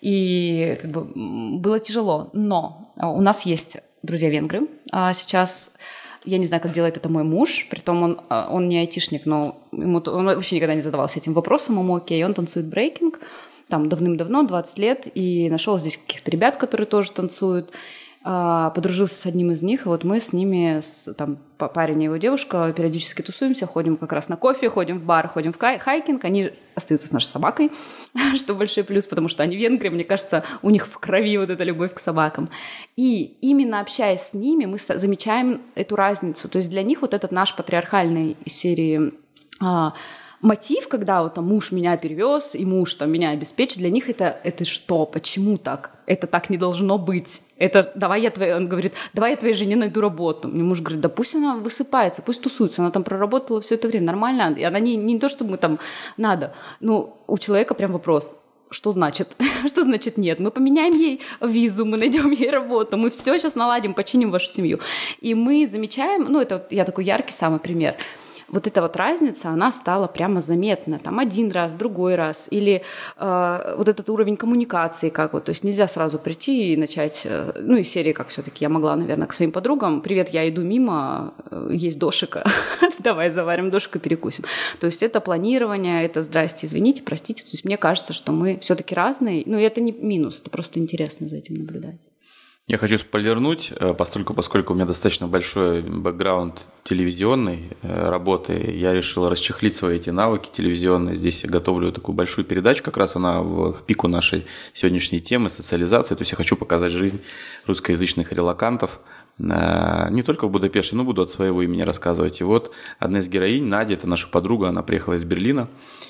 И как бы было тяжело, но у нас есть друзья-венгры. А сейчас я не знаю, как делает это мой муж, притом он, он не айтишник, но ему, он вообще никогда не задавался этим вопросом, ему окей, он танцует брейкинг, там давным-давно, двадцать лет, и нашел здесь каких-то ребят, которые тоже танцуют, подружился с одним из них, и вот мы с ними, с, там, парень и его девушка, периодически тусуемся, ходим как раз на кофе, ходим в бар, ходим в хайкинг, они остаются с нашей собакой, что большой плюс, потому что они венгры, мне кажется, у них в крови вот эта любовь к собакам. И именно общаясь с ними, мы замечаем эту разницу, то есть для них вот этот наш патриархальный из серии мотив, когда вот там муж меня перевез, и муж там меня обеспечит, для них это, это что? Почему так? Это так не должно быть. Это давай я твоей, он говорит, давай я твоей жене найду работу. Мне муж говорит, да пусть она высыпается, пусть тусуется, она там проработала все это время, нормально. И она не, не то, чтобы мы там надо. Ну, у человека прям вопрос. Что значит? Что значит нет? Мы поменяем ей визу, мы найдем ей работу, мы все сейчас наладим, починим вашу семью. И мы замечаем, ну, это я такой яркий самый пример, вот эта вот разница, она стала прямо заметна. Там один раз, другой раз. Или э, вот этот уровень коммуникации, как вот, то есть нельзя сразу прийти и начать, э, ну, из серии, как все-таки я могла, наверное, к своим подругам, привет, я иду мимо, э, есть дошика, давай заварим дошик и перекусим. То есть это планирование, это здрасте, извините, простите. То есть мне кажется, что мы все-таки разные, ну, и это не минус, это просто интересно за этим наблюдать. Я хочу спойлернуть, поскольку, поскольку у меня достаточно большой бэкграунд телевизионной работы, я решил расчехлить свои эти навыки телевизионные. Здесь я готовлю такую большую передачу, как раз она в, в пику нашей сегодняшней темы социализации. То есть я хочу показать жизнь русскоязычных релокантов не только в Будапеште, но буду от своего имени рассказывать. И вот одна из героинь, Надя, это наша подруга, она приехала из Берлина.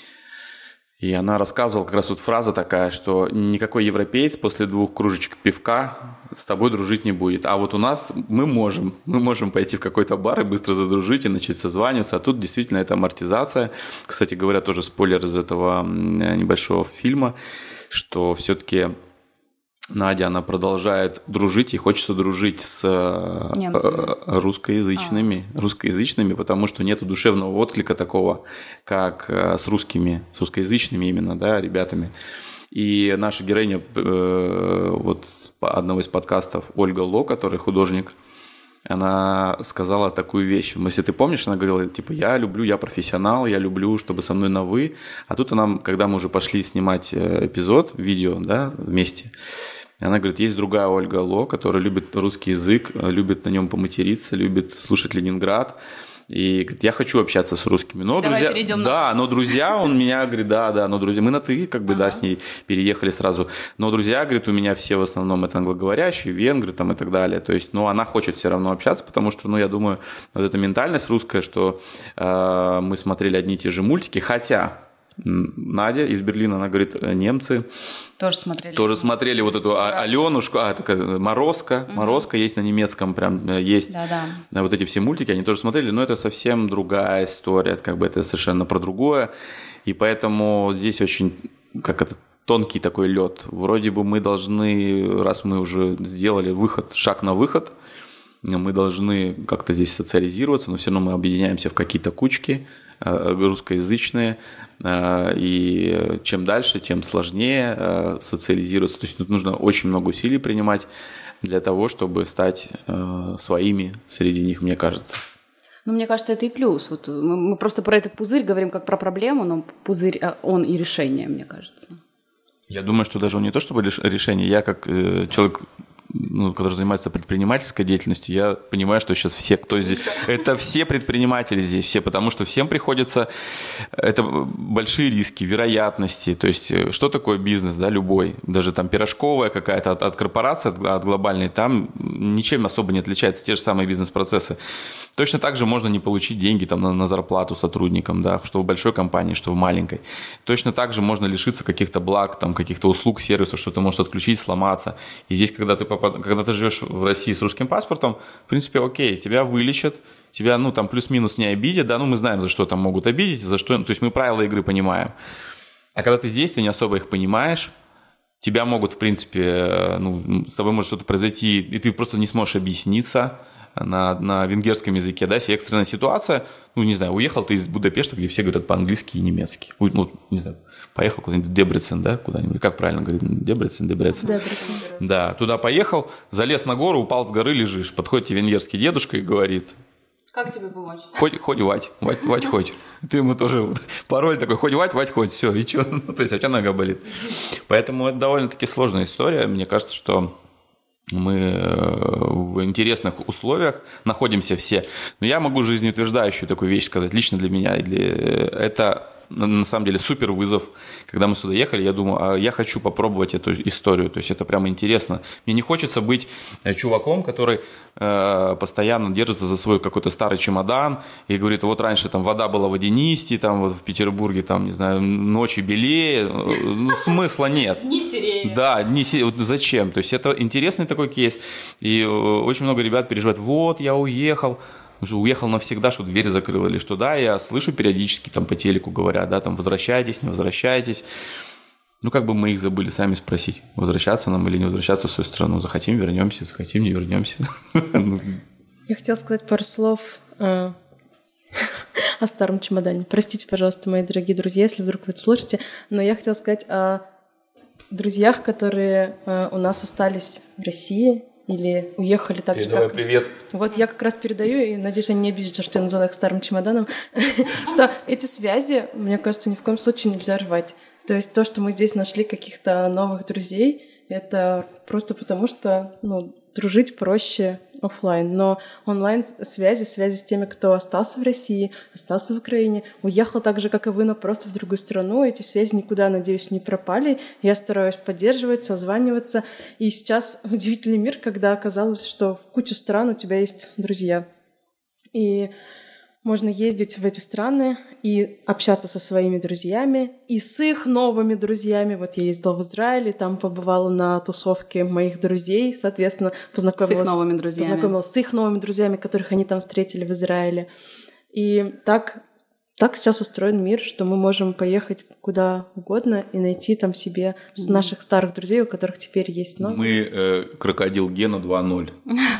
И она рассказывала, как раз вот фраза такая, что никакой европеец после двух кружечек пивка с тобой дружить не будет. А вот у нас мы можем. Мы можем пойти в какой-то бар и быстро задружить и начать созваниваться. А тут действительно это амортизация. Кстати говоря, тоже спойлер из этого небольшого фильма, что все-таки Надя, она продолжает дружить, и хочется дружить с немцами. русскоязычными, а. русскоязычными, потому что нет душевного отклика такого, как с русскими, с русскоязычными именно, да, ребятами. И наша героиня вот одного из подкастов, Ольга Ло, который художник, она сказала такую вещь. Если ты помнишь, она говорила, типа, я люблю, я профессионал, я люблю, чтобы со мной на «вы». А тут она, когда мы уже пошли снимать эпизод, видео, да, вместе, она говорит, есть другая Ольга Ло, которая любит русский язык, любит на нем поматериться, любит слушать Ленинград. И говорит, я хочу общаться с русскими. Но Давай друзья, перейдем да, на... но друзья, он меня, говорит, да, да, но друзья, мы на «ты», как бы, ага. да, с ней переехали сразу. Но друзья, говорит, у меня все в основном это англоговорящие, венгры там и так далее. То есть, ну, она хочет все равно общаться, потому что, ну, я думаю, вот эта ментальность русская, что э, мы смотрели одни и те же мультики, хотя... Надя из Берлина, она говорит, немцы тоже смотрели, тоже смотрели вот эту Аленушку, а, такая Морозко, угу. Морозко есть на немецком, прям есть. Да-да. Вот эти все мультики, они тоже смотрели, но это совсем другая история, как бы это совершенно про другое, и поэтому здесь очень, как это, тонкий такой лед. Вроде бы мы должны, раз мы уже сделали выход, шаг на выход, мы должны как-то здесь социализироваться, но все равно мы объединяемся в какие-то кучки русскоязычные, и чем дальше, тем сложнее социализироваться. То есть тут нужно очень много усилий принимать для того, чтобы стать своими среди них, мне кажется. Ну, мне кажется, это и плюс. Вот мы, мы просто про этот пузырь говорим как про проблему, но пузырь, он и решение, мне кажется. Я думаю, что даже он не то чтобы решение, я как человек ну, которые занимаются предпринимательской деятельностью, я понимаю, что сейчас все, кто здесь, это все предприниматели здесь, все, потому что всем приходится, это большие риски, вероятности, то есть что такое бизнес, да, любой, даже там пирожковая какая-то от, от корпорации, от, от глобальной, там ничем особо не отличается, те же самые бизнес-процессы. Точно так же можно не получить деньги там, на, на зарплату сотрудникам, да, что в большой компании, что в маленькой. Точно так же можно лишиться каких-то благ, там, каких-то услуг, сервисов, что ты можешь отключить, сломаться. И здесь, когда ты, попад... когда ты живешь в России с русским паспортом, в принципе, окей, тебя вылечат, тебя, ну, там, плюс-минус не обидят, да, ну, мы знаем, за что там могут обидеть, за что, то есть мы правила игры понимаем. А когда ты здесь, ты не особо их понимаешь, тебя могут, в принципе, ну, с тобой может что-то произойти, и ты просто не сможешь объясниться на, на венгерском языке, да, если экстренная ситуация, ну, не знаю, уехал ты из Будапешта, где все говорят по-английски и немецки, ну, не знаю, поехал куда-нибудь в Дебрецен, да, куда-нибудь, как правильно говорить, Дебрецен, Дебрецен. Дебрецен. Да, туда поехал, залез на гору, упал с горы, лежишь, подходит тебе венгерский дедушка и говорит: как тебе помочь? Хоть, хоть, вать, вать, вать, хоть. Ты ему тоже вот, пароль такой, хоть, вать, вать, хоть, все, и что? Ну, то есть, а у тебя нога болит. Поэтому это довольно-таки сложная история. Мне кажется, что мы в интересных условиях находимся все. Но я могу жизнеутверждающую такую вещь сказать, лично для меня. Это на самом деле супер вызов. Когда мы сюда ехали, я думаю, а я хочу попробовать эту историю. То есть это прямо интересно. Мне не хочется быть чуваком, который э, постоянно держится за свой какой-то старый чемодан и говорит: вот раньше там вода была водянистей, там вот в Петербурге там, не знаю, ночи белее. Ну, смысла нет. Не сирень. Да, не сирень. Вот зачем? То есть это интересный такой кейс. И очень много ребят переживают: вот я уехал. Уехал навсегда, что дверь закрыла или что, да, я слышу периодически там по телеку говорят, да, там возвращайтесь, не возвращайтесь. Ну, как бы мы их забыли сами спросить, возвращаться нам или не возвращаться в свою страну. Захотим, вернемся, захотим, не вернемся. Я хотела сказать пару слов о старом чемодане. Простите, пожалуйста, мои дорогие друзья, если вдруг вы это слышите, но я хотела сказать о друзьях, которые у нас остались в России, или уехали так же, как... привет. Вот я как раз передаю, и надеюсь, они не обидятся, что я назвала их старым чемоданом, что эти связи, мне кажется, ни в коем случае нельзя рвать. То есть то, что мы здесь нашли каких-то новых друзей, это просто потому, что, ну, дружить проще офлайн, но онлайн-связи, связи с теми, кто остался в России, остался в Украине, уехал так же, как и вы, но просто в другую страну. Эти связи никуда, надеюсь, не пропали. Я стараюсь поддерживать, созваниваться. И сейчас удивительный мир, когда оказалось, что в куче стран у тебя есть друзья. И можно ездить в эти страны и общаться со своими друзьями, и с их новыми друзьями. Вот я ездила в Израиль, и там побывала на тусовке моих друзей, соответственно, познакомилась с их новыми друзьями, познакомилась с их новыми друзьями, которых они там встретили в Израиле. И так, так сейчас устроен мир, что мы можем поехать куда угодно и найти там себе с наших старых друзей, у которых теперь есть новые. Мы э, крокодил Гена два ноль.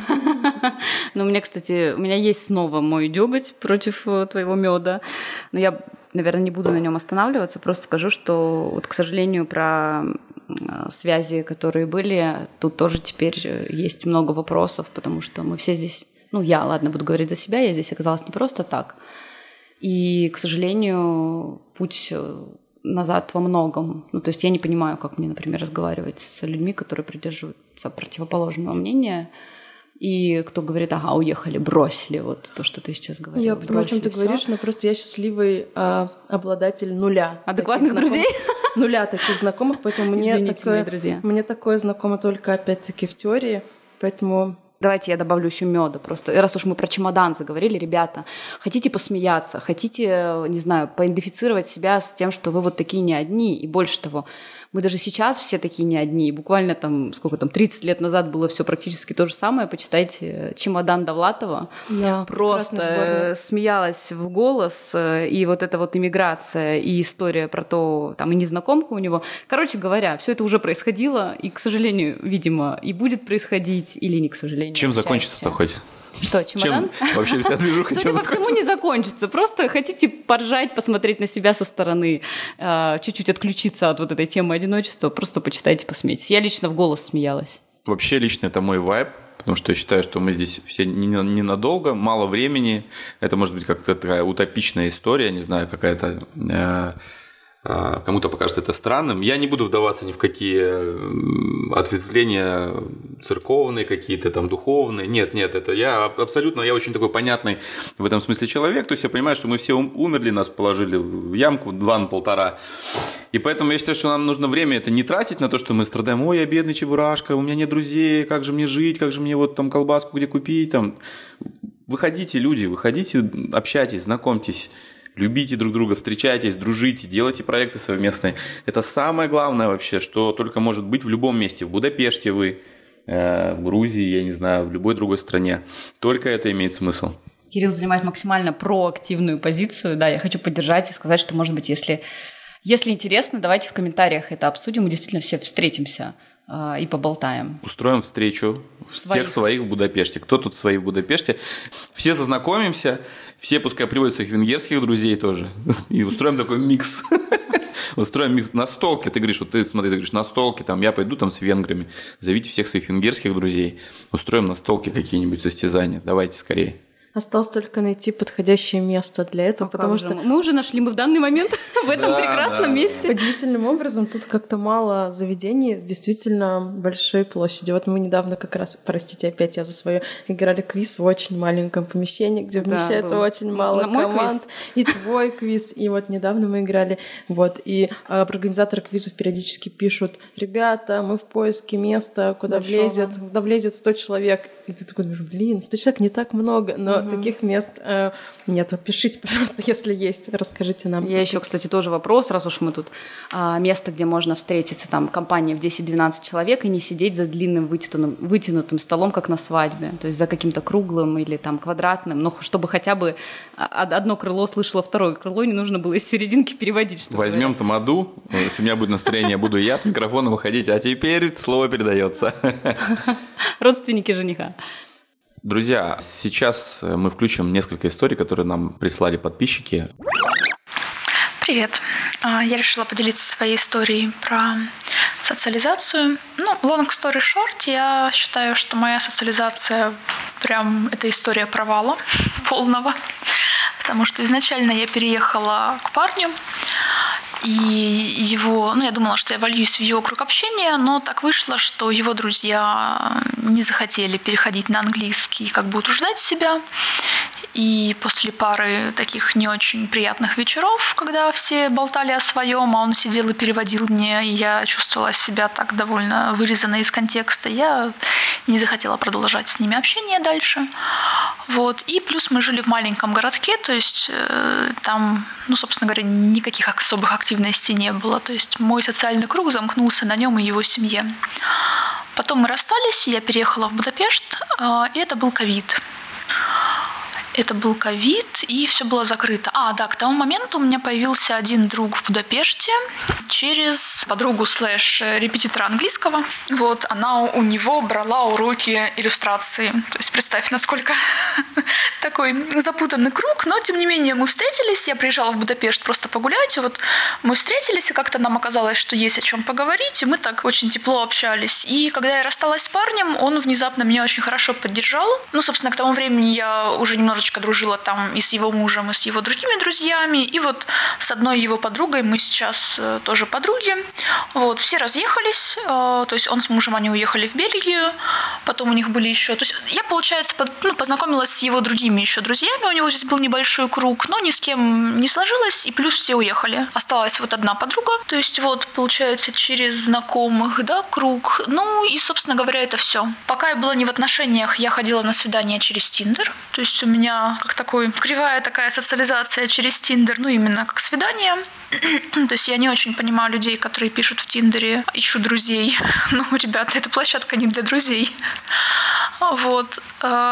Ну, у меня, кстати, у меня есть снова мой дёготь против твоего меда, но я, наверное, не буду на нем останавливаться, просто скажу, что, вот, к сожалению, про связи, которые были, тут тоже теперь есть много вопросов, потому что мы все здесь, ну, я, ладно, буду говорить за себя, я здесь оказалась не просто так, и, к сожалению, путь назад во многом. Ну, то есть я не понимаю, как мне, например, разговаривать с людьми, которые придерживаются противоположного мнения, и кто говорит: ага, уехали, бросили, вот то, что ты сейчас говоришь. Я понимаю, о чем ты говоришь, но просто я счастливый а, обладатель нуля. Адекватных друзей? Нуля таких знакомых, поэтому мне, Извините, такое, мои друзья. мне такое знакомо только, опять-таки, в теории, поэтому... Давайте я добавлю еще меда просто. Раз уж мы про чемодан заговорили, ребята, хотите посмеяться, хотите, не знаю, поидентифицировать себя с тем, что вы вот такие не одни, и больше того, мы даже сейчас все такие не одни. И буквально там, сколько там, тридцать лет назад было все практически то же самое. Почитайте «Чемодан» Довлатова. Да, просто смеялась в голос. И вот эта вот иммиграция, и история про то, там, и незнакомка у него. Короче говоря, все это уже происходило. И, к сожалению, видимо, и будет происходить, или не к сожалению. Чем закончится-то хоть? Что, чемодан? Чем вообще вся движуха? Судя по всему, не закончится. Просто хотите поржать, посмотреть на себя со стороны, чуть-чуть отключиться от вот этой темы одиночества, просто почитайте, посмейтесь. Я лично в голос смеялась. Вообще лично это мой вайб, потому что я считаю, что мы здесь все ненадолго, мало времени. Это может быть как-то такая утопичная история, не знаю, какая-то... Кому-то покажется это странным. Я не буду вдаваться ни в какие ответвления церковные, какие-то там духовные. Нет, нет, это я абсолютно, я очень такой понятный в этом смысле человек. То есть я понимаю, что мы все умерли, нас положили в ямку два на полтора. И поэтому я считаю, что нам нужно время это не тратить на то, что мы страдаем. Ой, я бедный чебурашка, у меня нет друзей, как же мне жить, как же мне вот там колбаску где купить. Там. Выходите, люди, выходите, общайтесь, знакомьтесь. Любите друг друга, встречайтесь, дружите, делайте проекты совместные. Это самое главное вообще, что только может быть в любом месте. В Будапеште вы, э, в Грузии, я не знаю, в любой другой стране. Только это имеет смысл. Кирилл занимает максимально проактивную позицию. Да, я хочу поддержать и сказать, что, может быть, если, если интересно, давайте в комментариях это обсудим. Мы действительно все встретимся и поболтаем. Устроим встречу своих. всех своих в Будапеште. Кто тут свои в Будапеште? Все зазнакомимся, все пускай приводят своих венгерских друзей тоже. И устроим такой микс. Устроим микс. Настолки, ты говоришь, вот ты смотри, ты говоришь, настолки, там я пойду там с венграми. Зовите всех своих венгерских друзей. Устроим настолки какие-нибудь состязания. Давайте скорее. Осталось только найти подходящее место для этого, а потому что... Мы уже нашли, мы в данный момент в этом да, прекрасном да, месте. Да. Удивительным образом тут как-то мало заведений с действительно большой площадью. Вот мы недавно как раз, простите, опять я за свое, играли квиз в очень маленьком помещении, где вмещается да, очень мало команд. И твой квиз. И вот недавно мы играли. Вот. И а, организаторы квизов периодически пишут: ребята, мы в поиске места, куда влезет, куда влезет сто человек. И ты такой думаешь, блин, сто человек не так много, но угу. таких мест э, нету. Пишите, пожалуйста, если есть, расскажите нам. Я еще, кстати, тоже вопрос, раз уж мы тут а, место, где можно встретиться, там компания в десять-двенадцать человек и не сидеть за длинным вытянутым, вытянутым столом, как на свадьбе, то есть за каким-то круглым или там квадратным, но чтобы хотя бы одно крыло слышало второе крыло, не нужно было из серединки переводить. Возьмем тамаду, если у меня будет настроение, буду я с микрофоном выходить, а теперь слово передается. Родственники жениха. Друзья, сейчас мы включим несколько историй, которые нам прислали подписчики. Привет. Я решила поделиться своей историей про социализацию. Ну, long story short, я считаю, что моя социализация прям это история провала полного, потому что изначально я переехала к парню, и его, ну, я думала, что я вольюсь в его круг общения, но так вышло, что его друзья не захотели переходить на английский и как бы утруждать себя. И после пары таких не очень приятных вечеров, когда все болтали о своем, а он сидел и переводил мне, и я чувствовала себя так довольно вырезанной из контекста, я не захотела продолжать с ними общение дальше. Вот. И плюс мы жили в маленьком городке, то есть э, там, ну, собственно говоря, никаких особых активностей не было. То есть мой социальный круг замкнулся на нем и его семье. Потом мы расстались, я переехала в Будапешт, э, и это был ковид. Это был ковид, и все было закрыто. А, да, к тому моменту у меня появился один друг в Будапеште через подругу слэш репетитора английского. Вот, она у него брала уроки иллюстрации. То есть представь, насколько такой запутанный круг. Но, тем не менее, мы встретились. Я приезжала в Будапешт просто погулять. И вот мы встретились, и как-то нам оказалось, что есть о чем поговорить. И мы так очень тепло общались. И когда я рассталась с парнем, он внезапно меня очень хорошо поддержал. Ну, собственно, к тому времени я уже немножечко дружила там и с его мужем, и с его другими друзьями. И вот с одной его подругой мы сейчас тоже подруги. Вот, все разъехались. То есть он с мужем, они уехали в Бельгию. Потом у них были еще... То есть я, получается, под, ну, познакомилась с его другими еще друзьями. У него здесь был небольшой круг, но ни с кем не сложилось. И плюс все уехали. Осталась вот одна подруга. То есть вот, получается, через знакомых, да, круг. Ну и, собственно говоря, это все. Пока я была не в отношениях, я ходила на свидания через Тиндер. То есть у меня как такой кривая такая социализация через Тиндер, ну именно как свидание. То есть я не очень понимаю людей, которые пишут в Тиндере «ищу друзей». Ну, ребята, эта площадка не для друзей. Вот.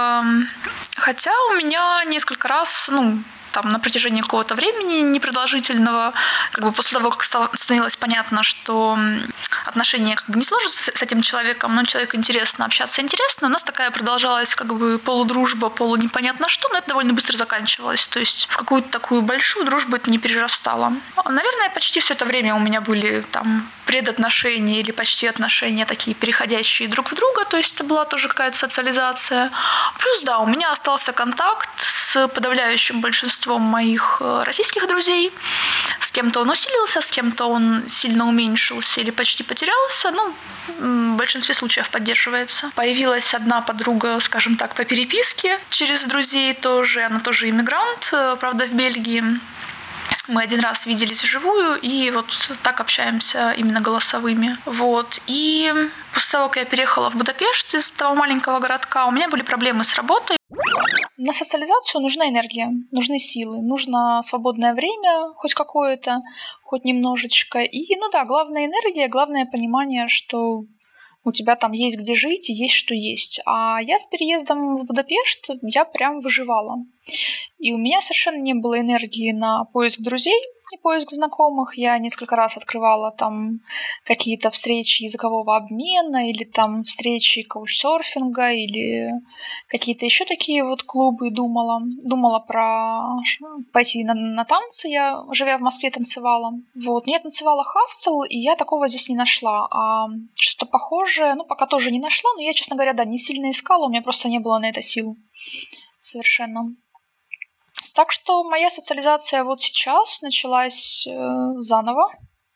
Хотя у меня несколько раз, ну, там, на протяжении какого-то времени непродолжительного, как бы после того, как становилось понятно, что отношения как бы не сложатся с этим человеком, но человеку интересно, общаться интересно, у нас такая продолжалась как бы полудружба, полунепонятно что, но это довольно быстро заканчивалось. То есть в какую-то такую большую дружбу это не перерастало. Наверное, почти все это время у меня были там предотношения или почти отношения такие переходящие друг в друга, то есть это была тоже какая-то социализация. Плюс, да, у меня остался контакт с подавляющим большинством моих российских друзей, с кем-то он усилился, с кем-то он сильно уменьшился или почти потерялся. Ну, в большинстве случаев поддерживается. Появилась одна подруга, скажем так, по переписке через друзей тоже. Она тоже иммигрант, правда, в Бельгии. Мы один раз виделись вживую, и вот так общаемся именно голосовыми. Вот. И после того, как я переехала в Будапешт из того маленького городка, у меня были проблемы с работой. На социализацию нужна энергия, нужны силы, нужно свободное время, хоть какое-то, хоть немножечко. И, ну да, главная энергия, главное понимание, что у тебя там есть где жить и есть что есть. А я с переездом в Будапешт, я прям выживала. И у меня совершенно не было энергии на поиск друзей и поиск знакомых. Я несколько раз открывала там какие-то встречи языкового обмена или там встречи каучсерфинга или какие-то еще такие вот клубы думала. Думала про пойти на, на танцы. Я, живя в Москве, танцевала. Вот. Но я танцевала хастл, и я такого здесь не нашла. А что-то похожее, ну, пока тоже не нашла, но я, честно говоря, да, не сильно искала, у меня просто не было на это сил совершенно. Так что моя социализация вот сейчас началась э, заново.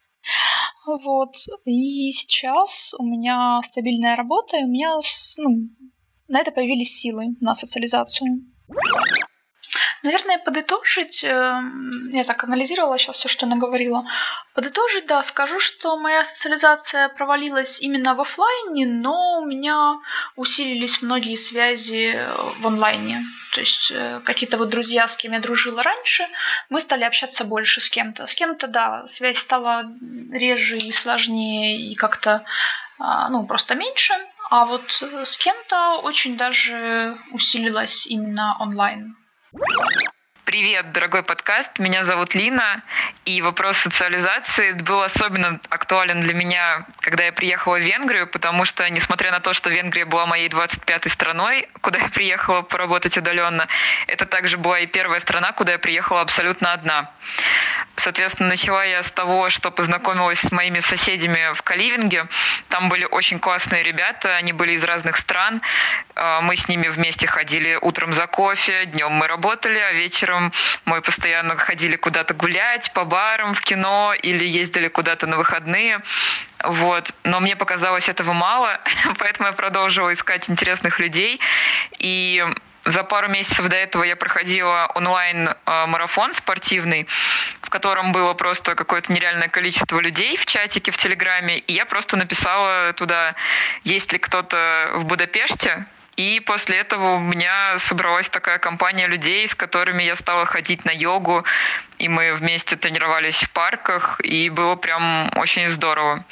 Вот. И сейчас у меня стабильная работа, и у меня ну, на это появились силы, на социализацию. Наверное, подытожить, я так анализировала сейчас все, что наговорила. Подытожить, да, скажу, что моя социализация провалилась именно в офлайне, но у меня усилились многие связи в онлайне. То есть какие-то вот друзья, с кем я дружила раньше, мы стали общаться больше с кем-то. С кем-то, да, связь стала реже и сложнее, и как-то, ну, просто меньше. А вот с кем-то очень даже усилилась именно онлайн. Привет, дорогой подкаст. Меня зовут Лина, и вопрос социализации был особенно актуален для меня, когда я приехала в Венгрию, потому что, несмотря на то, что Венгрия была моей двадцать пятой страной, куда я приехала поработать удаленно, это также была и первая страна, куда я приехала абсолютно одна. Соответственно, начала я с того, что познакомилась с моими соседями в Каливинге. Там были очень классные ребята, они были из разных стран. Мы с ними вместе ходили утром за кофе, днем мы работали, а вечером мы постоянно ходили куда-то гулять, по барам, в кино или ездили куда-то на выходные. Вот. Но мне показалось этого мало, поэтому я продолжила искать интересных людей. И за пару месяцев до этого я проходила онлайн-марафон спортивный, в котором было просто какое-то нереальное количество людей в чатике в Телеграме, и я просто написала туда, есть ли кто-то в Будапеште. И после этого у меня собралась такая компания людей, с которыми я стала ходить на йогу, и мы вместе тренировались в парках, и было прям очень здорово.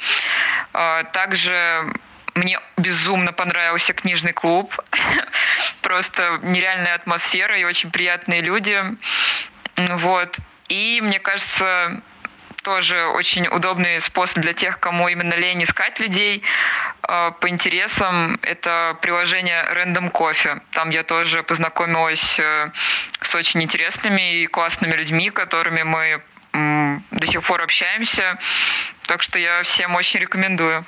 Также мне безумно понравился книжный клуб. Просто нереальная атмосфера и очень приятные люди. Вот. И мне кажется, тоже очень удобный способ для тех, кому именно лень искать людей по интересам. Это приложение Random Coffee. Там я тоже познакомилась с очень интересными и классными людьми, которыми мы до сих пор общаемся. Так что я всем очень рекомендую.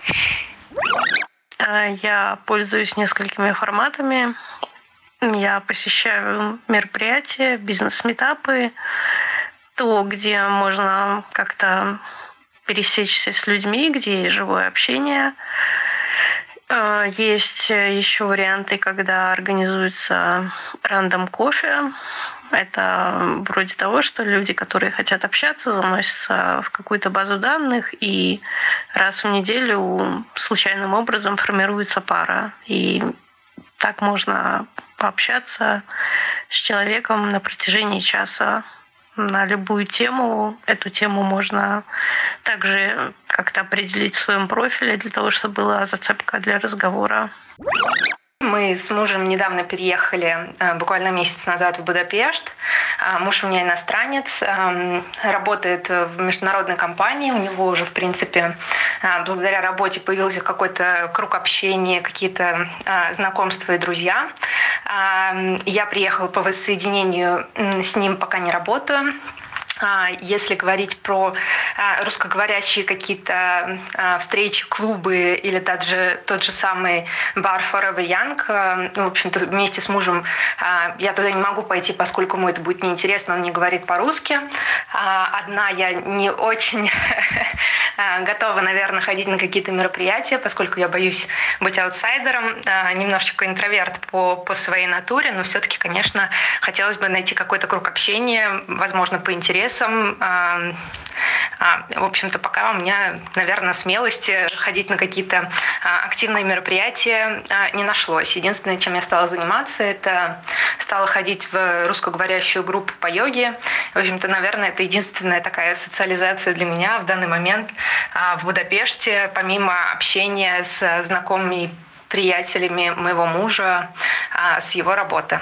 Я пользуюсь несколькими форматами. Я посещаю мероприятия, бизнес-митапы, то, где можно как-то пересечься с людьми, где есть живое общение. Есть еще варианты, когда организуется рандом кофе. Это вроде того, что люди, которые хотят общаться, заносятся в какую-то базу данных, и раз в неделю случайным образом формируется пара. И так можно пообщаться с человеком на протяжении часа на любую тему. Эту тему можно также как-то определить в своем профиле для того, чтобы была зацепка для разговора. Мы с мужем недавно переехали, буквально месяц назад, в Будапешт. Муж у меня иностранец, работает в международной компании. У него уже, в принципе, благодаря работе появился какой-то круг общения, какие-то знакомства и друзья. Я приехала по воссоединению с ним, пока не работаю. Если говорить про русскоговорящие какие-то встречи, клубы или тот же, тот же самый бар Forever Young, ну, в общем-то, вместе с мужем я туда не могу пойти, поскольку ему это будет неинтересно, он не говорит по-русски. Одна я не очень готова, наверное, ходить на какие-то мероприятия, поскольку я боюсь быть аутсайдером, немножечко интроверт по, по своей натуре, но все-таки, конечно, хотелось бы найти какой-то круг общения, возможно, по интересам. В общем-то, пока у меня, наверное, смелости ходить на какие-то активные мероприятия не нашлось. Единственное, чем я стала заниматься, это стала ходить в русскоговорящую группу по йоге. В общем-то, наверное, это единственная такая социализация для меня в данный момент в Будапеште, помимо общения с знакомыми приятелями моего мужа с его работы.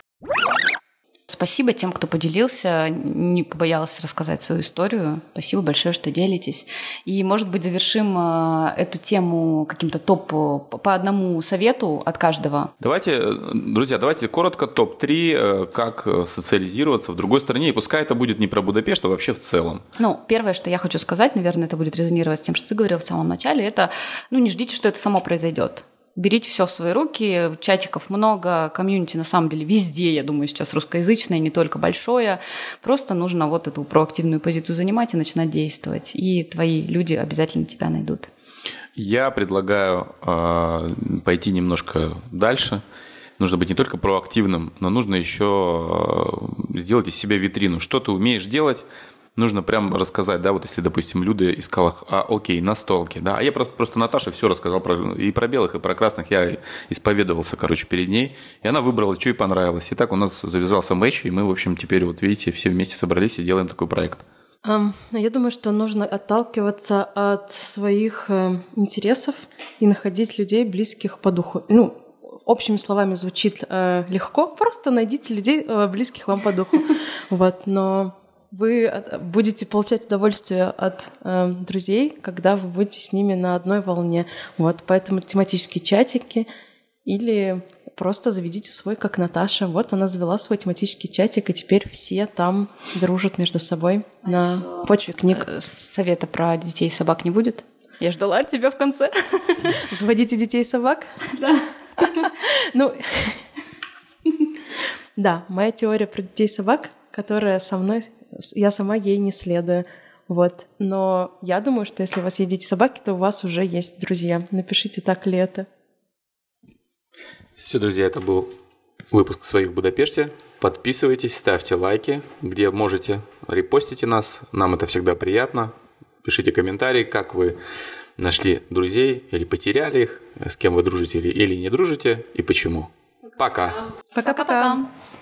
Спасибо тем, кто поделился, не побоялся рассказать свою историю. Спасибо большое, что делитесь. И, может быть, завершим эту тему каким-то топ по одному совету от каждого. Давайте, друзья, давайте коротко топ три, как социализироваться в другой стране. И пускай это будет не про Будапешт, а вообще в целом. Ну, первое, что я хочу сказать, наверное, это будет резонировать с тем, что ты говорил в самом начале, это, ну, не ждите, что это само произойдет. Берите все в свои руки, чатиков много, комьюнити на самом деле везде, я думаю, сейчас русскоязычное, не только большое. Просто нужно вот эту проактивную позицию занимать и начинать действовать. И твои люди обязательно тебя найдут. Я предлагаю э, пойти немножко дальше. Нужно быть не только проактивным, но нужно еще сделать из себя витрину. Что ты умеешь делать? Нужно прям рассказать, да, вот если, допустим, Люда искала, а, окей, настолки, да, а я просто, просто Наташе все рассказал про, и про белых, и про красных, я исповедовался, короче, перед ней, и она выбрала, что ей понравилось. И так у нас завязался матч, и мы, в общем, теперь, вот видите, все вместе собрались и делаем такой проект. Um, я думаю, что нужно отталкиваться от своих э, интересов и находить людей, близких по духу. Ну, общими словами звучит э, легко, просто найдите людей, э, близких вам по духу. Вот, но вы будете получать удовольствие от э, друзей, когда вы будете с ними на одной волне. Вот, поэтому тематические чатики или просто заведите свой, как Наташа. Вот она завела свой тематический чатик, и теперь все там дружат между собой а на еще почве книг. Совета про детей и собак не будет? Я ждала от тебя в конце. Заводите детей и собак? Да. Ну, да, моя теория про детей и собак, которая со мной... Я сама ей не следую. Вот. Но я думаю, что если у вас есть дети и собаки, то у вас уже есть друзья. Напишите, так ли это. Все, друзья, это был выпуск «Своих в Будапеште». Подписывайтесь, ставьте лайки, где можете, репостите нас. Нам это всегда приятно. Пишите комментарии, как вы нашли друзей или потеряли их, с кем вы дружите или не дружите и почему. Пока. Пока-пока.